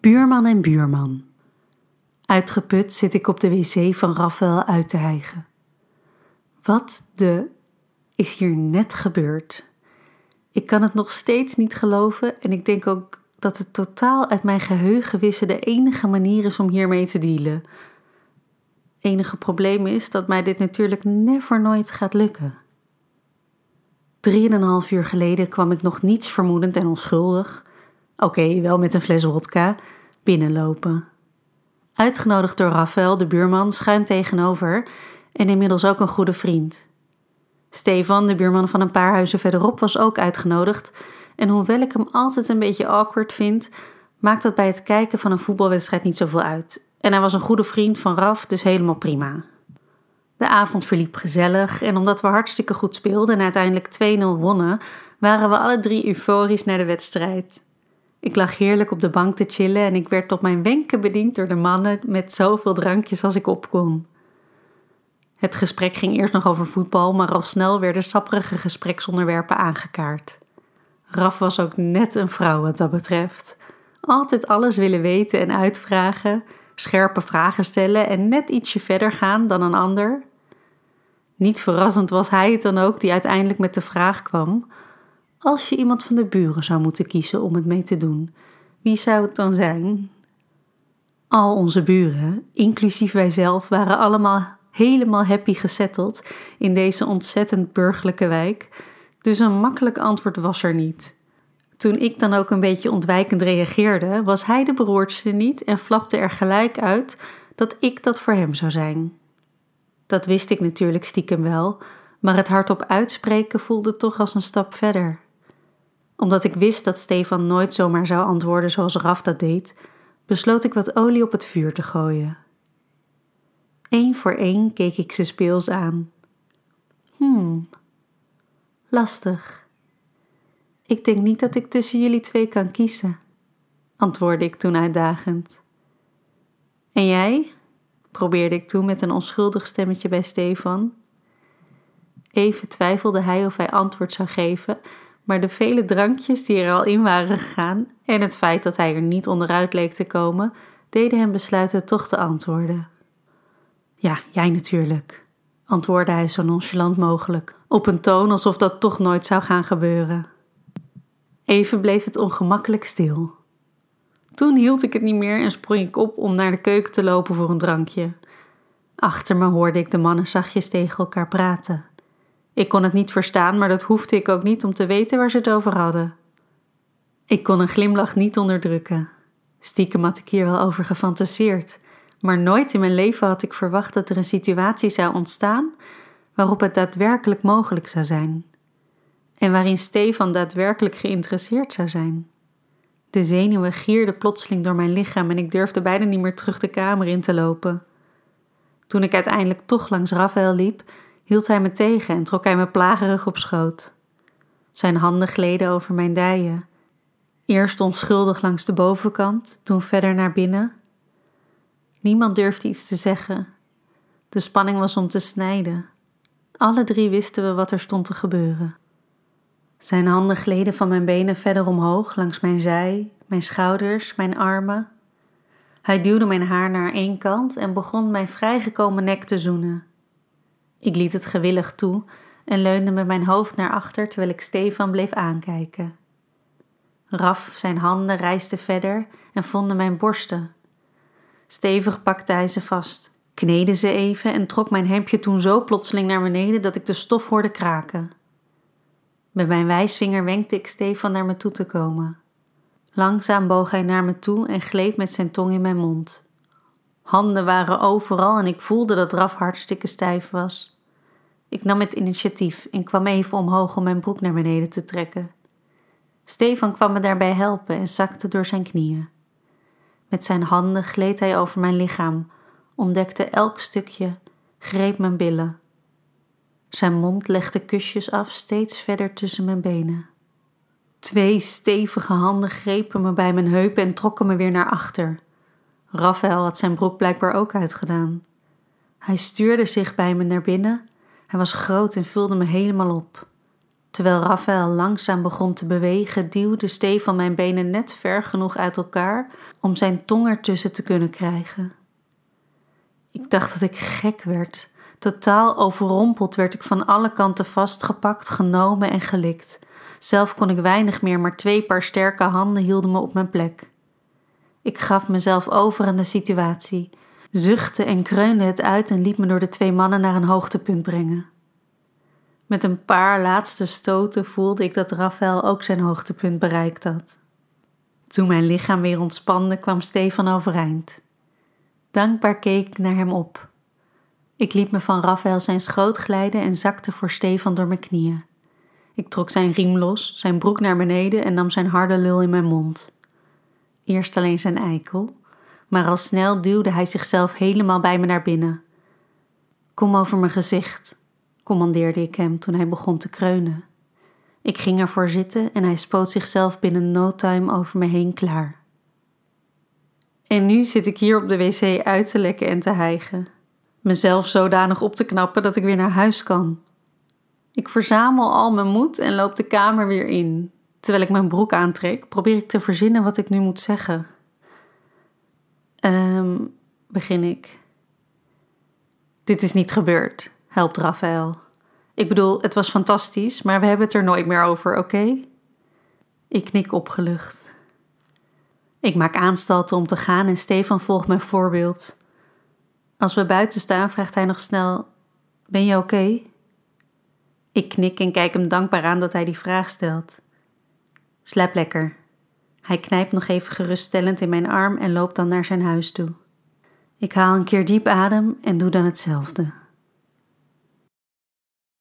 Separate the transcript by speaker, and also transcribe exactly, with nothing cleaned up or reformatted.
Speaker 1: Buurman en buurman. Uitgeput zit ik op de wc van Raphaël uit te hijgen. Wat de is hier net gebeurd? Ik kan het nog steeds niet geloven en ik denk ook dat het totaal uit mijn geheugen wissen de enige manier is om hiermee te dealen. Enige probleem is dat mij dit natuurlijk never nooit gaat lukken. Drieënhalf uur geleden kwam ik nog niets vermoedend en onschuldig, oké, okay, wel met een fles wodka, binnenlopen. Uitgenodigd door Raphaël, de buurman, schuin tegenover en inmiddels ook een goede vriend. Stefan, de buurman van een paar huizen verderop, was ook uitgenodigd en hoewel ik hem altijd een beetje awkward vind, maakt dat bij het kijken van een voetbalwedstrijd niet zoveel uit. En hij was een goede vriend van Raf, dus helemaal prima. De avond verliep gezellig en omdat we hartstikke goed speelden en uiteindelijk twee nul wonnen, waren we alle drie euforisch naar de wedstrijd. Ik lag heerlijk op de bank te chillen en ik werd tot mijn wenken bediend door de mannen met zoveel drankjes als ik op kon. Het gesprek ging eerst nog over voetbal, maar al snel werden sapperige gespreksonderwerpen aangekaart. Raf was ook net een vrouw wat dat betreft. Altijd alles willen weten en uitvragen, scherpe vragen stellen en net ietsje verder gaan dan een ander. Niet verrassend was hij het dan ook die uiteindelijk met de vraag kwam: als je iemand van de buren zou moeten kiezen om het mee te doen, wie zou het dan zijn? Al onze buren, inclusief wij zelf, waren allemaal helemaal happy gesetteld in deze ontzettend burgerlijke wijk, dus een makkelijk antwoord was er niet. Toen ik dan ook een beetje ontwijkend reageerde, was hij de beroerdste niet en flapte er gelijk uit dat ik dat voor hem zou zijn. Dat wist ik natuurlijk stiekem wel, maar het hardop uitspreken voelde toch als een stap verder. Omdat ik wist dat Stefan nooit zomaar zou antwoorden zoals Raf dat deed, besloot ik wat olie op het vuur te gooien. Eén voor één keek ik ze speels aan. Hmm, lastig. Ik denk niet dat ik tussen jullie twee kan kiezen, antwoordde ik toen uitdagend. En jij? Probeerde ik toen met een onschuldig stemmetje bij Stefan. Even twijfelde hij of hij antwoord zou geven, maar de vele drankjes die er al in waren gegaan en het feit dat hij er niet onderuit leek te komen, deden hem besluiten toch te antwoorden. Ja, jij natuurlijk, antwoordde hij zo nonchalant mogelijk, op een toon alsof dat toch nooit zou gaan gebeuren. Even bleef het ongemakkelijk stil. Toen hield ik het niet meer en sprong ik op om naar de keuken te lopen voor een drankje. Achter me hoorde ik de mannen zachtjes tegen elkaar praten. Ik kon het niet verstaan, maar dat hoefde ik ook niet om te weten waar ze het over hadden. Ik kon een glimlach niet onderdrukken. Stiekem had ik hier wel over gefantaseerd, maar nooit in mijn leven had ik verwacht dat er een situatie zou ontstaan waarop het daadwerkelijk mogelijk zou zijn. En waarin Stefan daadwerkelijk geïnteresseerd zou zijn. De zenuwen gierden plotseling door mijn lichaam en ik durfde bijna niet meer terug de kamer in te lopen. Toen ik uiteindelijk toch langs Raphaël liep, hield hij me tegen en trok hij me plagerig op schoot. Zijn handen gleden over mijn dijen. Eerst onschuldig langs de bovenkant, toen verder naar binnen. Niemand durfde iets te zeggen. De spanning was om te snijden. Alle drie wisten we wat er stond te gebeuren. Zijn handen gleden van mijn benen verder omhoog, langs mijn zij, mijn schouders, mijn armen. Hij duwde mijn haar naar één kant en begon mijn vrijgekomen nek te zoenen. Ik liet het gewillig toe en leunde met mijn hoofd naar achter terwijl ik Stefan bleef aankijken. Raf, zijn handen reisden verder en vonden mijn borsten. Stevig pakte hij ze vast, kneedde ze even en trok mijn hemdje toen zo plotseling naar beneden dat ik de stof hoorde kraken. Met mijn wijsvinger wenkte ik Stefan naar me toe te komen. Langzaam boog hij naar me toe en gleed met zijn tong in mijn mond. Handen waren overal en ik voelde dat Raf hartstikke stijf was. Ik nam het initiatief en kwam even omhoog om mijn broek naar beneden te trekken. Stefan kwam me daarbij helpen en zakte door zijn knieën. Met zijn handen gleed hij over mijn lichaam, ontdekte elk stukje, greep mijn billen. Zijn mond legde kusjes af steeds verder tussen mijn benen. Twee stevige handen grepen me bij mijn heupen en trokken me weer naar achter. Raphaël had zijn broek blijkbaar ook uitgedaan. Hij stuurde zich bij me naar binnen. Hij was groot en vulde me helemaal op. Terwijl Raphaël langzaam begon te bewegen, duwde Stefan mijn benen net ver genoeg uit elkaar om zijn tong ertussen te kunnen krijgen. Ik dacht dat ik gek werd. Totaal overrompeld werd ik van alle kanten vastgepakt, genomen en gelikt. Zelf kon ik weinig meer, maar twee paar sterke handen hielden me op mijn plek. Ik gaf mezelf over aan de situatie, zuchtte en kreunde het uit en liet me door de twee mannen naar een hoogtepunt brengen. Met een paar laatste stoten voelde ik dat Raphaël ook zijn hoogtepunt bereikt had. Toen mijn lichaam weer ontspande, kwam Stefan overeind. Dankbaar keek ik naar hem op. Ik liet me van Raphaël zijn schoot glijden en zakte voor Stefan door mijn knieën. Ik trok zijn riem los, zijn broek naar beneden en nam zijn harde lul in mijn mond. Eerst alleen zijn eikel, maar al snel duwde hij zichzelf helemaal bij me naar binnen. Kom over mijn gezicht, commandeerde ik hem toen hij begon te kreunen. Ik ging ervoor zitten en hij spoot zichzelf binnen no time over me heen klaar. En nu zit ik hier op de wc uit te lekken en te hijgen. Mezelf zodanig op te knappen dat ik weer naar huis kan. Ik verzamel al mijn moed en loop de kamer weer in. Terwijl ik mijn broek aantrek, probeer ik te verzinnen wat ik nu moet zeggen. Ehm, um, begin ik. Dit is niet gebeurd, helpt Raphaël. Ik bedoel, het was fantastisch, maar we hebben het er nooit meer over, oké? Okay? Ik knik opgelucht. Ik maak aanstalten om te gaan en Stefan volgt mijn voorbeeld. Als we buiten staan, vraagt hij nog snel: ben je oké? Okay? Ik knik en kijk hem dankbaar aan dat hij die vraag stelt. Slaap lekker. Hij knijpt nog even geruststellend in mijn arm en loopt dan naar zijn huis toe. Ik haal een keer diep adem en doe dan hetzelfde.